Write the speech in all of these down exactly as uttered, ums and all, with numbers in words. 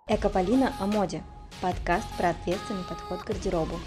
Эко-Полина о моде. Подкаст про ответственный подход к гардеробу.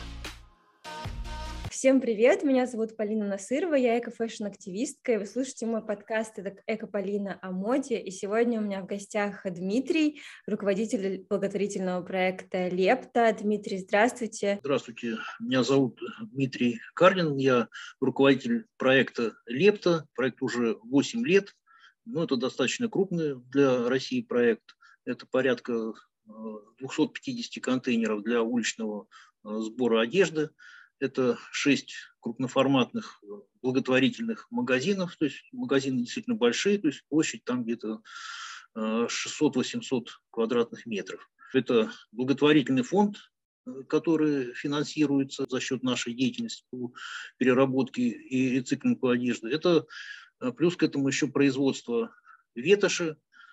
Всем привет, меня зовут Полина Насырова, я эко-фэшн-активистка, и вы слушаете мой подкаст «Эко-Полина о моде», и сегодня у меня в гостях Дмитрий, руководитель благотворительного проекта «Лепта». Дмитрий, здравствуйте. Здравствуйте, меня зовут Дмитрий Карлин, я руководитель проекта «Лепта», проект уже восемь лет, но это достаточно крупный для России проект, это порядка двести пятьдесят контейнеров для уличного сбора одежды. Это шесть крупноформатных благотворительных магазинов, то есть магазины действительно большие, то есть площадь там где-то шестьсот-восемьсот квадратных метров. Это благотворительный фонд, который финансируется за счет нашей деятельности по переработке и рециклингу одежды. Это плюс к этому еще производство ветоши,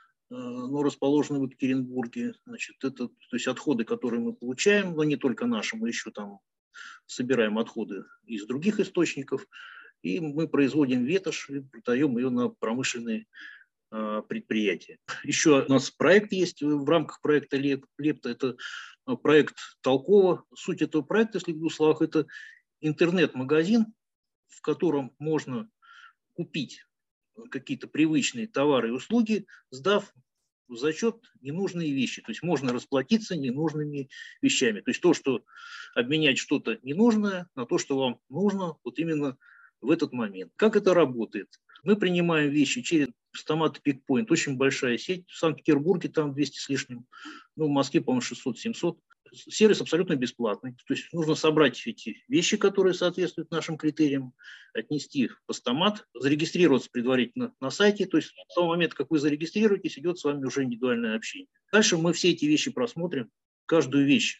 но расположено в Екатеринбурге. Значит, это, то есть отходы, которые мы получаем, но не только наши, мы еще там собираем отходы из других источников, и мы производим ветошь и продаем ее на промышленные э, предприятия. Еще у нас проект есть в рамках проекта «Лепта», это проект Толково. Суть этого проекта, если в двух словах, это интернет-магазин, в котором можно купить какие-то привычные товары и услуги, сдав в зачет ненужные вещи. То есть можно расплатиться ненужными вещами. То есть то, что обменять что-то ненужное на то, что вам нужно вот именно в этот момент. Как это работает? Мы принимаем вещи через Стомат Пикпоинт, очень большая сеть. В Санкт-Петербурге там двести с лишним, ну, в Москве, по-моему, шестьсот-семьсот. Сервис абсолютно бесплатный. То есть нужно собрать эти вещи, которые соответствуют нашим критериям, отнести в постамат, зарегистрироваться предварительно на сайте. То есть с того момента, как вы зарегистрируетесь, идет с вами уже индивидуальное общение. Дальше мы все эти вещи просмотрим, каждую вещь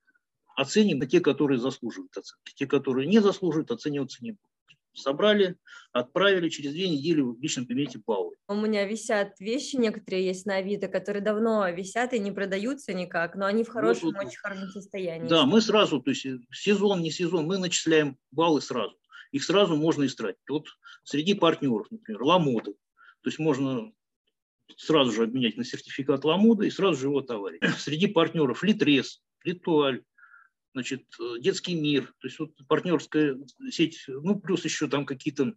оценим на те, которые заслуживают оценки. Те, которые не заслуживают, оцениваться не будут. Собрали, отправили, через две недели в личном кабинете баллы. У меня висят вещи, некоторые есть на Авито, которые давно висят и не продаются никак, но они в хорошем, вот, вот, очень хорошем состоянии. Да, мы сразу, то есть сезон, не сезон, мы начисляем баллы сразу. Их сразу можно истратить. Вот среди партнеров, например, Ламода. То есть можно сразу же обменять на сертификат Ламода и сразу же его товарить. Среди партнеров Литрес, Литуаль, значит, Детский мир, то есть вот партнерская сеть, ну, плюс еще там какие-то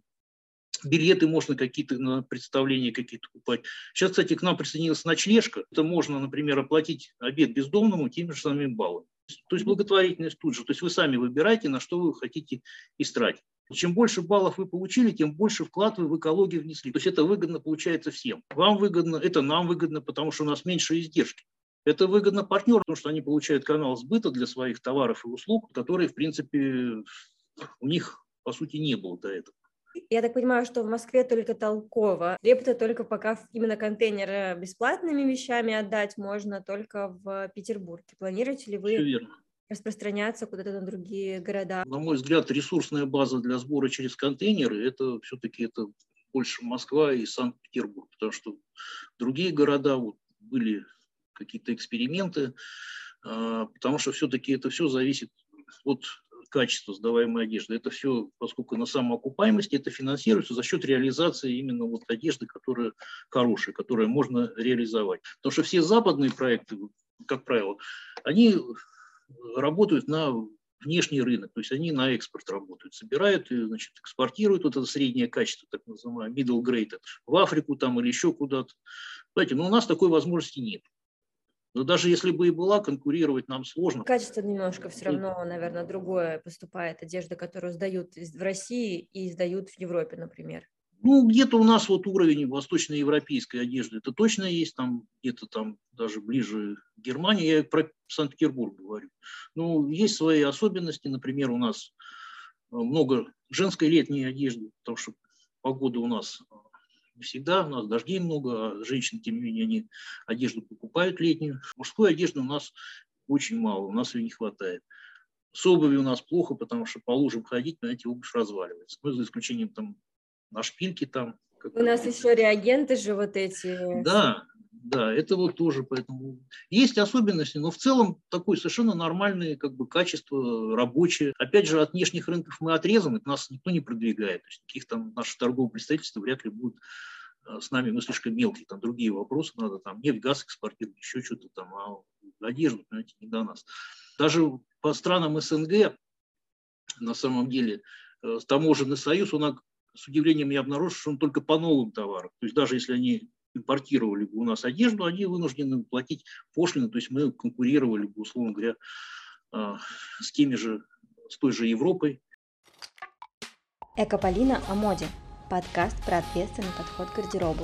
билеты можно какие-то на представления какие-то покупать. Сейчас, кстати, к нам присоединилась ночлежка. Это можно, например, оплатить обед бездомному теми же самыми баллами. То есть благотворительность тут же. То есть вы сами выбираете, на что вы хотите истратить. Чем больше баллов вы получили, тем больше вклад вы в экологию внесли. То есть это выгодно получается всем. Вам выгодно, это нам выгодно, потому что у нас меньше издержки. Это выгодно партнерам, потому что они получают канал сбыта для своих товаров и услуг, которые, в принципе, у них, по сути, не было до этого. Я так понимаю, что в Москве только Толково. Лепта только пока именно контейнер бесплатными вещами отдать можно только в Петербурге. Планируете ли вы распространяться куда-то на другие города? На мой взгляд, ресурсная база для сбора через контейнеры – это все-таки это больше Москва и Санкт-Петербург, потому что другие города вот, были какие-то эксперименты, потому что все-таки это все зависит от качества сдаваемой одежды. Это все, поскольку на самоокупаемости, это финансируется за счет реализации именно вот одежды, которая хорошая, которую можно реализовать. Потому что все западные проекты, как правило, они работают на внешний рынок, то есть они на экспорт работают, собирают и, значит, экспортируют вот это среднее качество, так называемое middle grade, в Африку там или еще куда-то. Знаете, но у нас такой возможности нет. Но даже если бы и была, конкурировать нам сложно. Качество немножко все равно, наверное, другое поступает. Одежда, которую сдают в России и сдают в Европе, например. Ну, где-то у нас вот уровень восточноевропейской одежды, это точно есть, там где-то там даже ближе к Германии, я про Санкт-Петербург говорю. Ну, есть свои особенности, например, у нас много женской летней одежды, потому что погода у нас не всегда, у нас дождей много, а женщины, тем не менее, они одежду покупают летнюю. Мужской одежды у нас очень мало, у нас ее не хватает. С обувью у нас плохо, потому что по лужам ходить, знаете, обувь разваливается. Ну, за исключением там на шпильке там. У нас еще реагенты же вот эти. Да, да, это вот тоже, поэтому есть особенности, но в целом такое совершенно нормальное как бы качество рабочее. Опять же, от внешних рынков мы отрезаны, нас никто не продвигает. То есть таких там наших торговых представительств вряд ли будут с нами, мы слишком мелкие, там другие вопросы надо, там нефть, газ экспортировать, еще что-то там, а одежду, понимаете, не до нас. Даже по странам СНГ, на самом деле, таможенный союз, он, с удивлением я обнаружил, что он только по новым товарам. То есть даже если они импортировали бы у нас одежду, они вынуждены платить пошлину, то есть мы конкурировали бы, условно говоря, с теми же, с той же Европой. Экополина о моде. Подкаст про ответственный подход к гардеробу.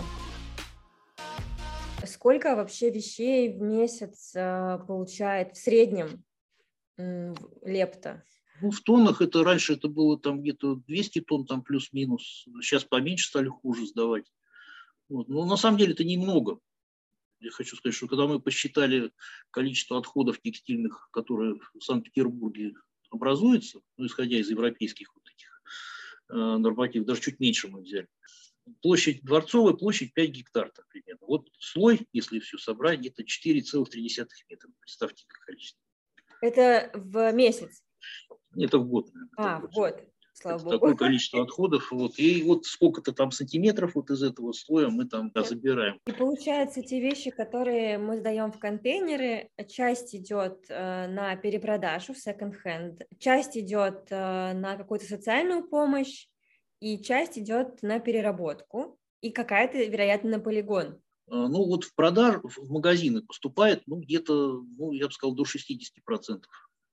Сколько вообще вещей в месяц э, получает в среднем э, Лепта? Ну, в тоннах это раньше это было там где-то двести тонн, там плюс-минус. Сейчас поменьше стали, хуже сдавать. Вот. Но на самом деле это немного. Я хочу сказать, что когда мы посчитали количество отходов текстильных, которые в Санкт-Петербурге образуются, ну, исходя из европейских вот этих э, нормативов, даже чуть меньше мы взяли. Площадь Дворцовая, площадь пять гектар, так, примерно. Вот слой, если все собрать, где-то четыре целых три десятых метра. Представьте, какое количество. Это в месяц? Это в год, наверное. А, в год. Слава это Богу. Такое количество отходов. Вот. И вот сколько-то там сантиметров вот из этого слоя мы там да, забираем. И получается, те вещи, которые мы сдаем в контейнеры, часть идет э, на перепродажу в секонд-хенд, часть идет э, на какую-то социальную помощь, и часть идет на переработку, и какая-то, вероятно, на полигон. Ну вот в продажу, в магазины поступает, ну где-то, ну я бы сказал, до шестьдесят процентов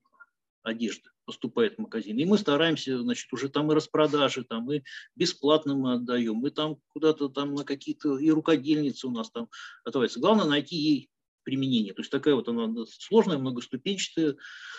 одежды поступает в магазин. И мы стараемся, значит, уже там и распродажи, там и бесплатно мы отдаем, мы там куда-то там на какие-то, и рукодельницы у нас там отдаваются. Главное найти ей применение. То есть такая вот она сложная, многоступенчатая.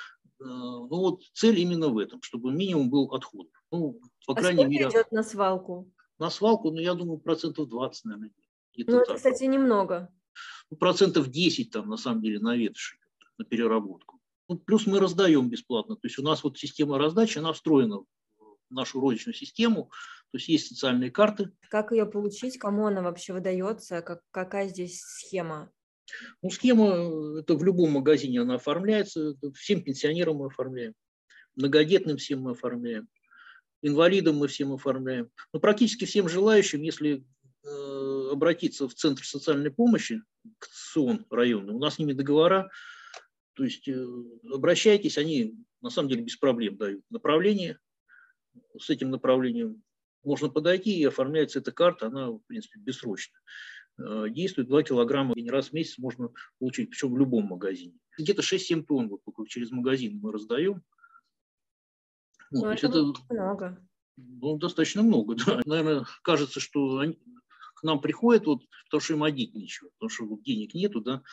Ну вот цель именно в этом, чтобы минимум был отходов. Ну, по а крайней сколько мере, идет на свалку? На свалку, ну я думаю, процентов двадцать, наверное. Ну это, так. Кстати, немного. Ну, процентов десять там на самом деле на ветошь, на переработку. Ну, плюс мы раздаем бесплатно. То есть у нас вот система раздачи, она встроена в нашу розничную систему. То есть есть социальные карты. Как ее получить? Кому она вообще выдается? Как, какая здесь схема? Ну, схема, это в любом магазине она оформляется. Всем пенсионерам мы оформляем. Многодетным всем мы оформляем. Инвалидам мы всем оформляем. Но практически всем желающим, если э, обратиться в Центр социальной помощи, к ЦИОН районный, у нас с ними договора, то есть э, обращайтесь, они на самом деле без проблем дают направление. С этим направлением можно подойти, и оформляется эта карта, она, в принципе, бессрочная. Э, действует два килограмма один раз в месяц можно получить, причем в любом магазине. Где-то шесть-семь тонн вот, только через магазин мы раздаем. Ну, это, это много. Ну, достаточно много, да. Наверное, кажется, что они к нам приходят, вот, потому что им одеть нечего, потому что вот, денег нету, да.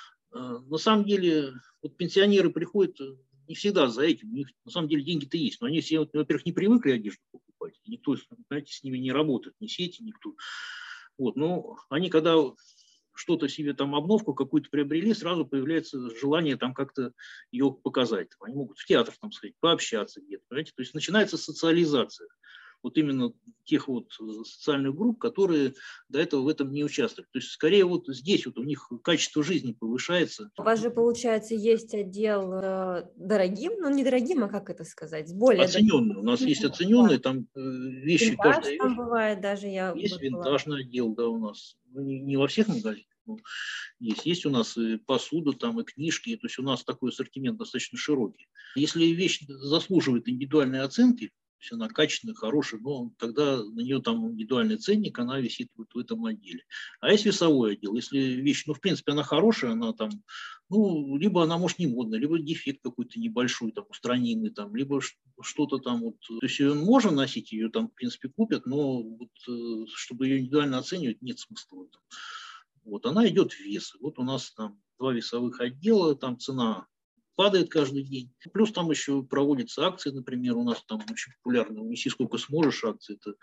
А, на самом деле, вот пенсионеры приходят не всегда за этим, у них на самом деле деньги-то есть, но они все, во-первых, не привыкли одежду покупать, никто, знаете, с ними не работает, ни сети, никто. Вот, но они когда что-то себе там, обновку какую-то приобрели, сразу появляется желание там как-то ее показать. Они могут в театр там сходить, пообщаться где-то, понимаете? То есть начинается социализация вот именно тех вот социальных групп, которые до этого в этом не участвовали. То есть скорее вот здесь вот у них качество жизни повышается. У вас же, получается, есть отдел э, дорогим, ну не дорогим, а как это сказать, более оцененный. У нас есть оцененные, там э, вещи винтаж каждая там вещь. бывает даже я. Есть была. винтажный отдел, да, у нас. Ну, не, не во всех магазинах. Есть. Есть у нас и посуда, там, и книжки, то есть у нас такой ассортимент достаточно широкий. Если вещь заслуживает индивидуальной оценки, то есть она качественная, хорошая, но тогда на нее там индивидуальный ценник, она висит вот в этом отделе. А есть весовой отдел. Если вещь, ну, в принципе, она хорошая, она там, ну, либо она, может, не модная, либо дефект какой-то небольшой, там, устранимый, там, либо что-то там, вот, то есть ее можно носить, ее там, в принципе, купят, но вот, чтобы ее индивидуально оценивать, нет смысла в этом. Вот, она идет в вес. Вот у нас там два весовых отдела, там цена падает каждый день. Плюс там еще проводятся акции, например, у нас там очень популярно «Унеси сколько сможешь» акции. Это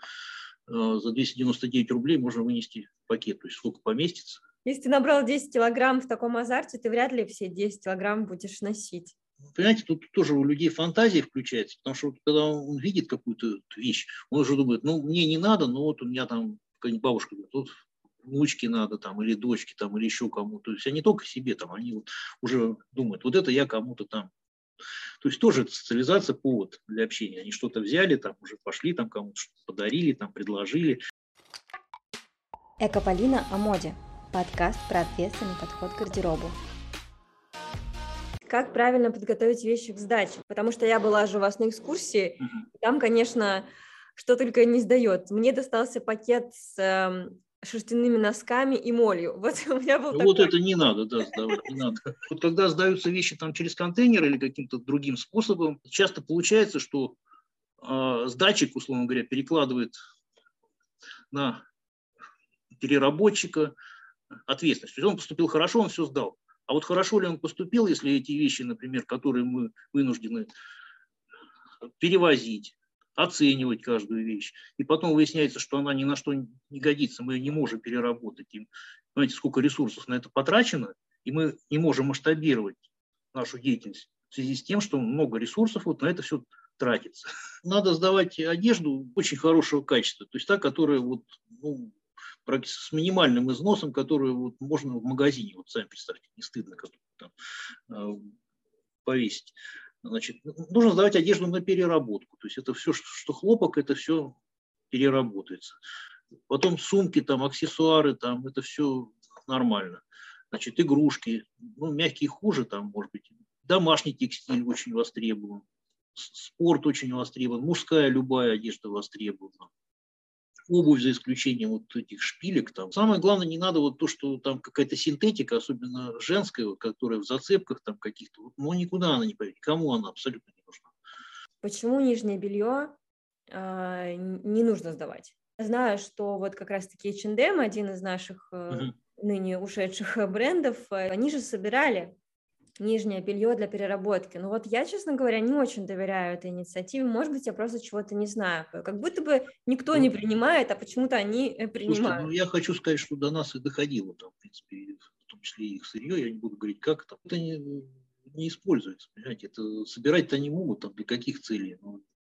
э, за двести девяносто девять рублей можно вынести пакет, то есть сколько поместится. Если ты набрал десять килограмм в таком азарте, ты вряд ли все десять килограмм будешь носить. Понимаете, тут тоже у людей фантазия включается, потому что когда он видит какую-то вещь, он уже думает, ну, мне не надо, но вот у меня там какая-нибудь бабушка говорит, вот внучке надо там, или дочке там, или еще кому-то. То есть они только себе там, они вот уже думают, вот это я кому-то там. То есть тоже это социализация, повод для общения. Они что-то взяли, там уже пошли, там кому-то что-то подарили, там предложили. Экополина о моде. Подкаст про ответственный подход к гардеробу. как правильно подготовить вещи к сдаче, потому что я была же у вас на экскурсии, Мгм. там, конечно, что только не сдает. Мне достался пакет с э, шерстяными носками и молью. Вот у меня был Вот такой. это не надо, да, сдавать, не надо. Вот когда сдаются вещи там через контейнер или каким-то другим способом, часто получается, что э, сдатчик, условно говоря, перекладывает на переработчика ответственность. То есть он поступил хорошо, он все сдал. А вот хорошо ли он поступил, если эти вещи, например, которые мы вынуждены перевозить, оценивать каждую вещь, и потом выясняется, что она ни на что не годится, мы ее не можем переработать. И, понимаете, сколько ресурсов на это потрачено, и мы не можем масштабировать нашу деятельность в связи с тем, что много ресурсов вот на это все тратится. Надо сдавать одежду очень хорошего качества, то есть та, которая вот, ну, с минимальным износом, которую вот можно в магазине, вот сами представьте, не стыдно как там, э, повесить. Значит, нужно сдавать одежду на переработку. То есть это все, что хлопок, это все переработается. Потом сумки, там, аксессуары, там, это все нормально. Значит, игрушки, ну, мягкие хуже, там, может быть, домашний текстиль очень востребован, спорт очень востребован, мужская любая одежда востребована. Обувь, за исключением вот этих шпилек. Там. Самое главное, не надо вот то, что там какая-то синтетика, особенно женская, вот, которая в зацепках там каких-то, вот, ну никуда она не пойдет, кому она абсолютно не нужна. Почему нижнее белье э, не нужно сдавать? Я знаю, что вот как раз-таки эйч энд эм, один из наших э, Угу. ныне ушедших брендов, э, они же собирали нижнее белье для переработки. Но вот я, честно говоря, не очень доверяю этой инициативе. Может быть, я просто чего-то не знаю. Как будто бы никто не принимает, а почему-то они принимают. Слушайте, ну я хочу сказать, что до нас и доходило там, в принципе, в том числе и их сырье, я не буду говорить, как это. Это не, не используется, понимаете, это собирать-то они могут, там, для каких целей. Но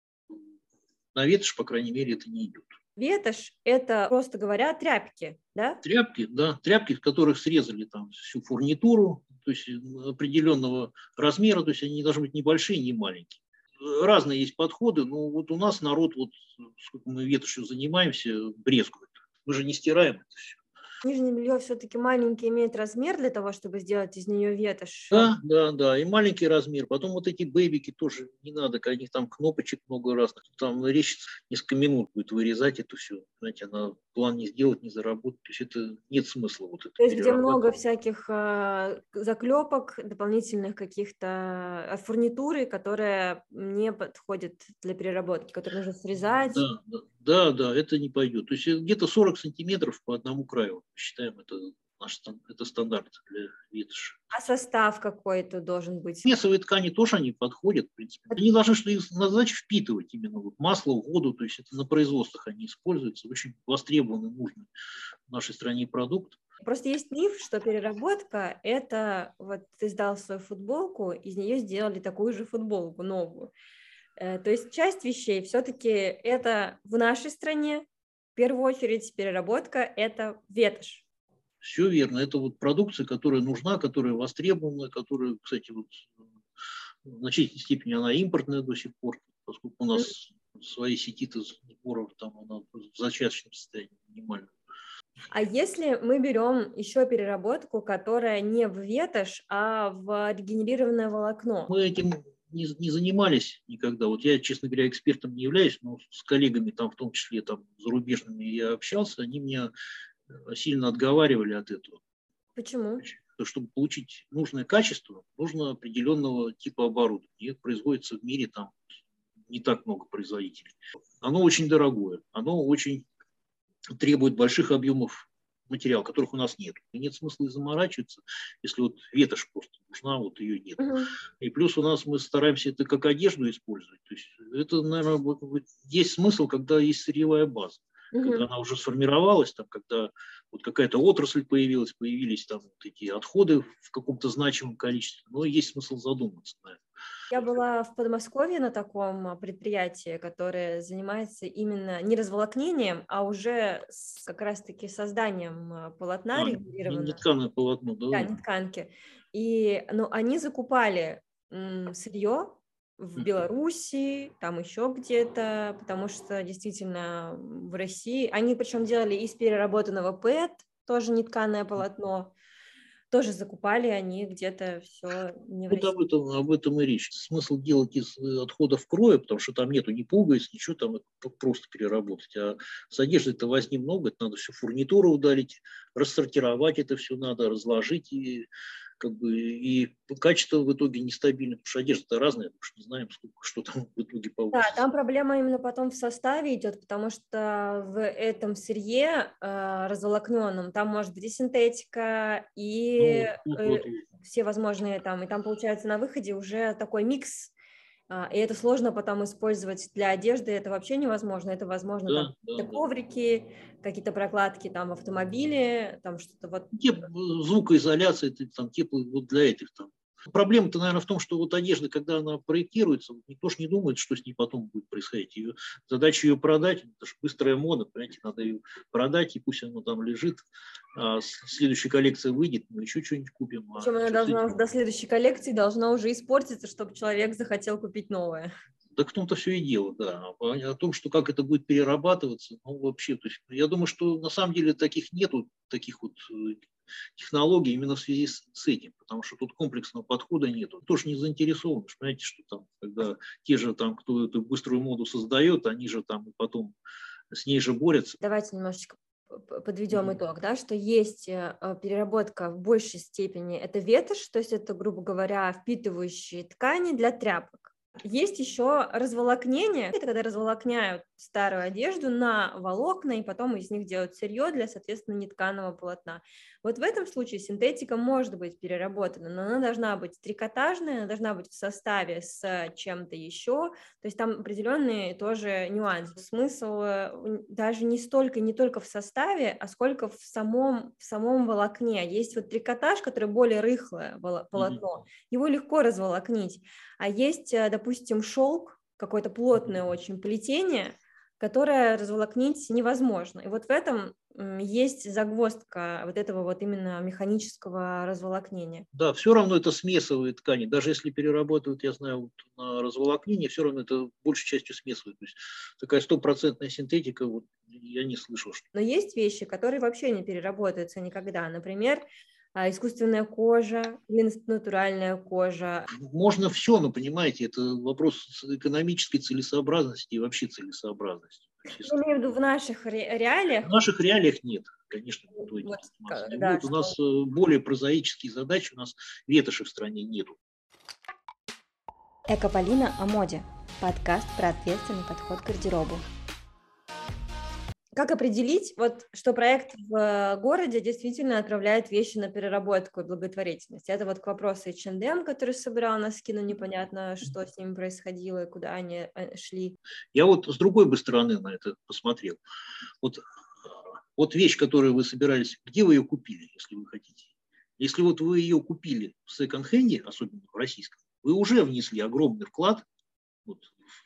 на ветошь, по крайней мере, это не идет. Ветошь – это, просто говоря, тряпки, да? Тряпки, да, тряпки, в которых срезали там всю фурнитуру, то есть определенного размера, то есть они не должны быть ни большие, ни маленькие. Разные есть подходы, но вот у нас народ, вот сколько мы ветошью занимаемся, брезгует. Мы же не стираем это все. Нижнее белье все-таки маленький имеет размер для того, чтобы сделать из нее ветошь. Да, да, да, и маленький размер. Потом вот эти бэбики тоже не надо, у них там кнопочек много разных. Там речь несколько минут будет вырезать это все. Знаете, она план не сделать, не заработать. То есть это нет смысла вот это. То есть где много всяких э, заклепок, дополнительных каких-то э, фурнитуры, которая не подходит для переработки, которые нужно срезать. Да, да, да, да, это не пойдет. То есть где-то сорок сантиметров по одному краю. Считаем, это наш это стандарт для ветоши. А состав какой-то должен быть? Месовые ткани тоже они подходят, в принципе. Они должны что их на задачу впитывать именно вот масло, воду, то есть это на производствах они используются, очень востребованный, нужный в нашей стране продукт. Просто есть миф, что переработка – это вот ты сдал свою футболку, из нее сделали такую же футболку новую. То есть часть вещей все-таки это в нашей стране, в первую очередь переработка – это ветошь. Все верно. Это вот продукция, которая нужна, которая востребована, которая, кстати, вот в значительной степени она импортная до сих пор, поскольку у нас mm-hmm. свои сети-то сборов там она в зачаточном состоянии минимально. А если мы берем еще переработку, которая не в ветошь, а в регенерированное волокно? Мы этим не, не занимались никогда. Вот я, честно говоря, экспертом не являюсь, но с коллегами там, в том числе там зарубежными, я общался, они меня сильно отговаривали от этого. Почему? Чтобы получить нужное качество, нужно определенного типа оборудования. Их производится в мире там не так много производителей. Оно очень дорогое, оно очень требует больших объемов материала, которых у нас нет. И нет смысла и заморачиваться, если вот ветошь просто нужна, вот ее нет. Uh-huh. И плюс у нас мы стараемся это как одежду использовать. То есть это, наверное, есть смысл, когда есть сырьевая база. Uh-huh. Когда она уже сформировалась, там, когда вот какая-то отрасль появилась, появились там вот эти отходы в каком-то значимом количестве, но есть смысл задуматься на это. Я была в Подмосковье на таком предприятии, которое занимается именно не разволокнением, а уже с, как раз-таки созданием полотна а, регулированного. Нетканое полотно, да? Да, нетканки. И ну, они закупали м, сырье в Беларуси, там еще где-то, потому что действительно в России, они причем делали из переработанного ПЭТ, тоже нетканое полотно, тоже закупали они где-то все не в Вот России. об этом, об этом и речь. Смысл делать из отходов кроя, потому что там нету ни пуговиц, ничего, там просто переработать. А с одеждой-то возни много, это надо все фурнитуру удалить, рассортировать это все надо, разложить, и как бы и качество в итоге нестабильно, потому что одежда-то разная, потому что не знаем, сколько, что там в итоге Да, получится. там проблема именно потом в составе идет, потому что в этом сырье э, разволокненном там может быть и синтетика, и Ну, вот, э, вот, вот. все возможные там, и там получается на выходе уже такой микс, а, и это сложно потом использовать для одежды, это вообще невозможно, это возможно Да, там да, какие-то да. коврики, какие-то прокладки там в автомобиле, там что-то вот. Теп, звукоизоляция, это, там, тепло, вот для этих там. Проблема-то, наверное, в том, что вот одежда, когда она проектируется, никто ж не думает, что с ней потом будет происходить. Ее, задача ее продать, это же быстрая мода, понимаете, надо ее продать, и пусть она там лежит, а следующая коллекция выйдет, мы еще что-нибудь купим. А Причем она что с должна этим? до следующей коллекции должна уже испортиться, чтобы человек захотел купить новое. Так в том-то все и дело, да. О том, что как это будет перерабатываться, ну вообще, то есть, я думаю, что на самом деле таких нету, таких вот технологий именно в связи с, с этим, потому что тут комплексного подхода нету. Тоже не заинтересован, понимаете, что там, когда те же там, кто эту быструю моду создает, они же там потом с ней же борются. Давайте немножечко подведем итог, да, что есть переработка в большей степени, это ветошь, то есть это, грубо говоря, впитывающие ткани для тряпок. Есть еще разволокнение, это когда разволокняют старую одежду на волокна, и потом из них делают сырье для, соответственно, нетканого полотна. Вот в этом случае синтетика может быть переработана, но она должна быть трикотажная, она должна быть в составе с чем-то еще, то есть там определенные тоже нюансы. Смысл даже не столько, не только в составе, а сколько в самом, в самом волокне. Есть вот трикотаж, который более рыхлое полотно, его легко разволокнить, а есть, допустим, шелк, какое-то плотное очень плетение, которое разволокнить невозможно. И вот в этом есть загвоздка вот этого вот именно механического разволокнения. Да, все равно это смесовые ткани. Даже если перерабатывают, я знаю, вот на разволокнение, все равно это большей частью смесывают. То есть такая стопроцентная синтетика, вот я не слышал. Что... Но есть вещи, которые вообще не переработаются никогда. Например, искусственная кожа или натуральная кожа. Можно все, но, понимаете, это вопрос экономической целесообразности и вообще целесообразности. Я имею в виду в наших реалиях. В наших реалиях нет, конечно, никто этим вот, заниматься не да, будет. У нас что... более прозаические задачи, у нас ветоши в стране нету. Экополина о моде. Подкаст про ответственный подход к гардеробу. Как определить, вот, что проект в городе действительно отправляет вещи на переработку и благотворительность? Это вот к вопросу эйч энд эм, который собирал на скину, непонятно, что с ними происходило и куда они шли. Я вот с другой бы стороны на это посмотрел. Вот, вот вещь, которую вы собирались, где вы ее купили, если вы хотите? Если вот вы ее купили в секонд-хенде, особенно в российском, вы уже внесли огромный вклад вот,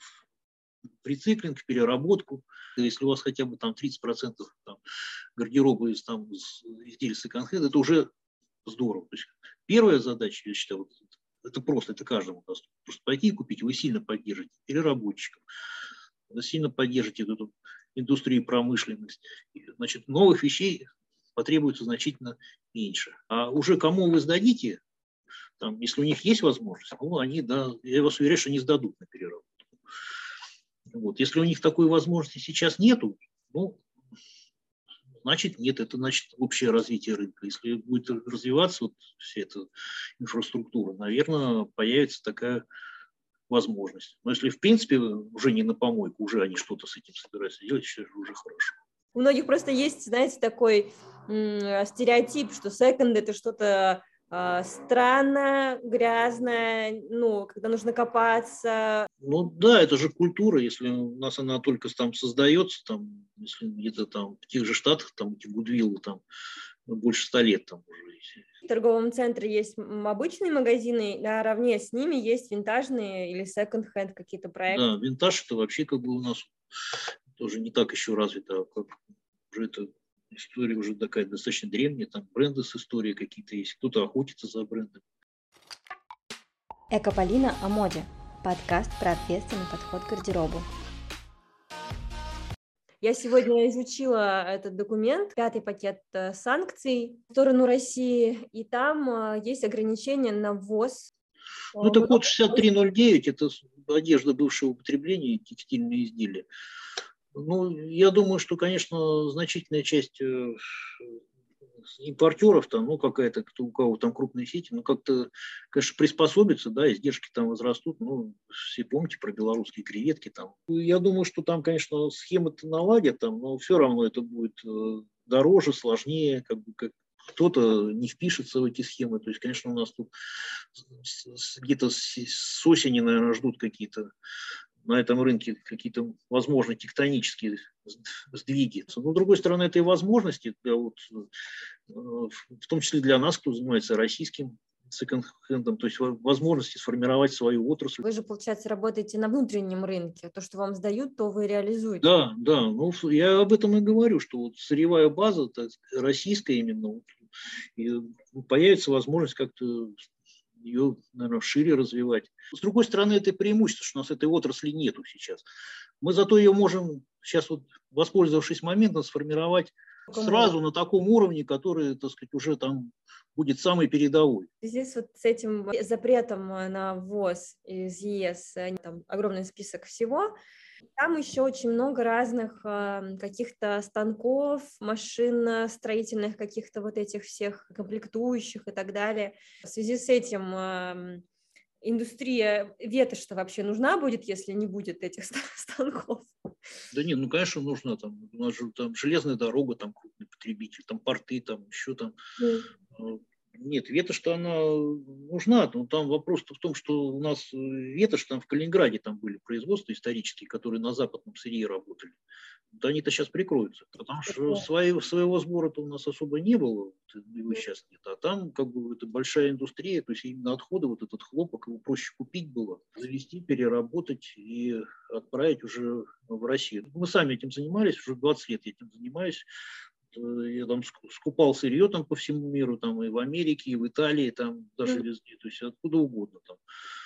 в рециклинг, в переработку. Если у вас хотя бы там тридцать процентов там, гардероба из, там, из изделий секонд-хенда, это уже здорово. То есть первая задача, я считаю, вот, это просто, это каждому доступно. Просто пойти и купить, вы сильно поддержите переработчиков, вы сильно поддержите эту индустрию и промышленность. Значит, новых вещей потребуется значительно меньше. А уже кому вы сдадите, там, если у них есть возможность, ну, они, да, я вас уверяю, что они сдадут на переработку. Вот. Если у них такой возможности сейчас нету, ну, значит нет, это значит общее развитие рынка. Если будет развиваться вот вся эта инфраструктура, наверное, появится такая возможность. Но если в принципе уже не на помойку, уже они что-то с этим собираются делать, все уже хорошо. У многих просто есть, знаете, такой м- стереотип, что секонд – это что-то э, странное, грязное, ну, когда нужно копаться. Ну да, это же культура, если у нас она только там создается, там, если где-то там в тех же Штатах, там эти Гудвиллы там больше ста лет там уже. В торговом центре есть обычные магазины, наравне с ними есть винтажные или секонд-хенд какие-то проекты. Да, винтаж это вообще как бы у нас тоже не так еще развито, как уже это история уже такая достаточно древняя, там бренды с историей какие-то есть, кто-то охотится за брендами. Экополина о моде. Подкаст про ответственный подход к гардеробу. Я сегодня изучила этот документ, пятый пакет санкций в сторону России, и там есть ограничения на ввоз. Ну, это код шестьдесят три ноль девять, это одежда бывшего употребления, текстильные изделия. Ну, я думаю, что, конечно, значительная часть импортеров, там, ну, какая-то, кто, у кого там крупные сети, ну, как-то, конечно, приспособиться, да, издержки там возрастут, ну, все помните про белорусские креветки там. Я думаю, что там, конечно, схемы-то наладят там, но все равно это будет дороже, сложнее, как бы, как кто-то не впишется в эти схемы, то есть, конечно, у нас тут где-то с осени, наверное, ждут какие-то на этом рынке какие-то, возможно, тектонические сдвиги. Но, с другой стороны, это и возможности, для, вот, в том числе для нас, кто занимается российским секонд-хендом, то есть возможности сформировать свою отрасль. Вы же, получается, работаете на внутреннем рынке. То, что вам сдают, то вы реализуете. Да, да. Ну, я об этом и говорю, что вот сырьевая база, так, российская именно, и появится возможность как-то ее, наверное, шире развивать. С другой стороны, это преимущество, что у нас этой отрасли нету сейчас. Мы зато ее можем сейчас, вот, воспользовавшись моментом, сформировать сразу на таком уровне, который, так сказать, уже там будет самый передовой. Здесь вот с этим запретом на ввоз из ЕС, там огромный список всего, там еще очень много разных э, каких-то станков, машин строительных, каких-то вот этих всех комплектующих и так далее. В связи с этим э, индустрия ветошь-то вообще нужна будет, если не будет этих станков? Да нет, ну, конечно, нужна. Там, у нас же там железная дорога, там крупный потребитель, там порты, там еще там... Mm. Нет, ветошь-то она нужна, но там вопрос-то в том, что у нас ветошь, там в Калининграде там были производства исторические, которые на западном сырье работали. Вот они-то сейчас прикроются, потому что своего, своего сбора-то у нас особо не было, его сейчас нет, а там как бы это большая индустрия, то есть именно отходы, вот этот хлопок, его проще купить было, завести, переработать и отправить уже в Россию. Мы сами этим занимались, уже двадцать лет я этим занимаюсь. Я там скупал сырье там по всему миру, там и в Америке, и в Италии, там даже везде, то есть откуда угодно там.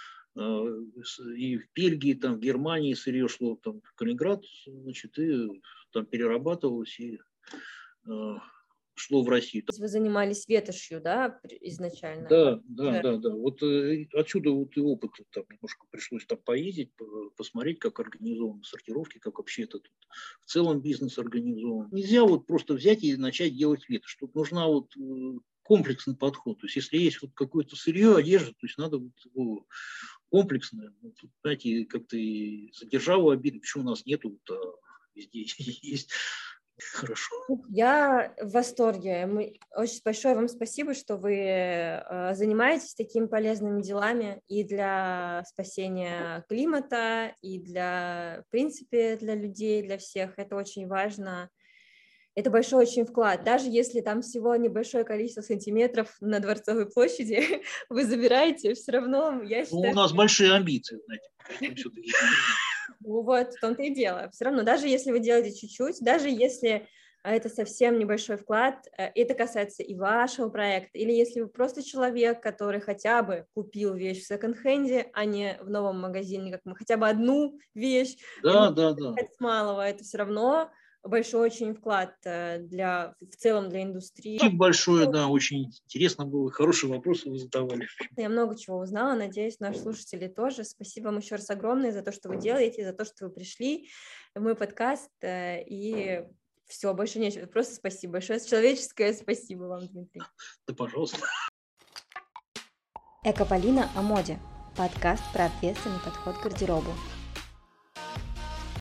И в Бельгии, там, в Германии сырье шло там, в Калининград, значит, и там перерабатывалось и э, шло в Россию. Вы занимались ветошью, да, изначально? Да, да, да, да. Вот э, отсюда вот и опыт, там немножко пришлось там поездить, посмотреть, как организованы сортировки, как вообще это тут в целом бизнес организован. Нельзя вот просто взять и начать делать ветошь. Тут нужна вот комплексный подход. То есть если есть вот какое-то сырье, одежда, то есть надо вот его комплексное. Вот, знаете, как-то и за державу обидно, почему у нас нету, вот, а везде есть. Хорошо. Я в восторге. Мы... Очень большое вам спасибо, что вы э, занимаетесь такими полезными делами и для спасения климата, и для, в принципе, для людей, для всех. Это очень важно. Это большой очень вклад. Даже если там всего небольшое количество сантиметров на Дворцовой площади вы забираете, все равно, я считаю... Ну, у нас большие амбиции, знаете. Ну вот, в том-то и дело. Все равно, даже если вы делаете чуть-чуть, даже если это совсем небольшой вклад, это касается и вашего проекта, или если вы просто человек, который хотя бы купил вещь в секонд-хенде, а не в новом магазине, как мы, хотя бы одну вещь, да, да, да. С малого, это все равно большой очень вклад для, в целом для индустрии. Спасибо большое, да, очень интересно было, хорошие вопросы вы задавали. Я много чего узнала, надеюсь, наши слушатели тоже. Спасибо вам еще раз огромное за то, что вы делаете, за то, что вы пришли в мой подкаст, и все, больше нечего, просто спасибо большое, человеческое спасибо вам, Дмитрий. Да, пожалуйста. Экополина о моде. Подкаст про ответственный подход к гардеробу.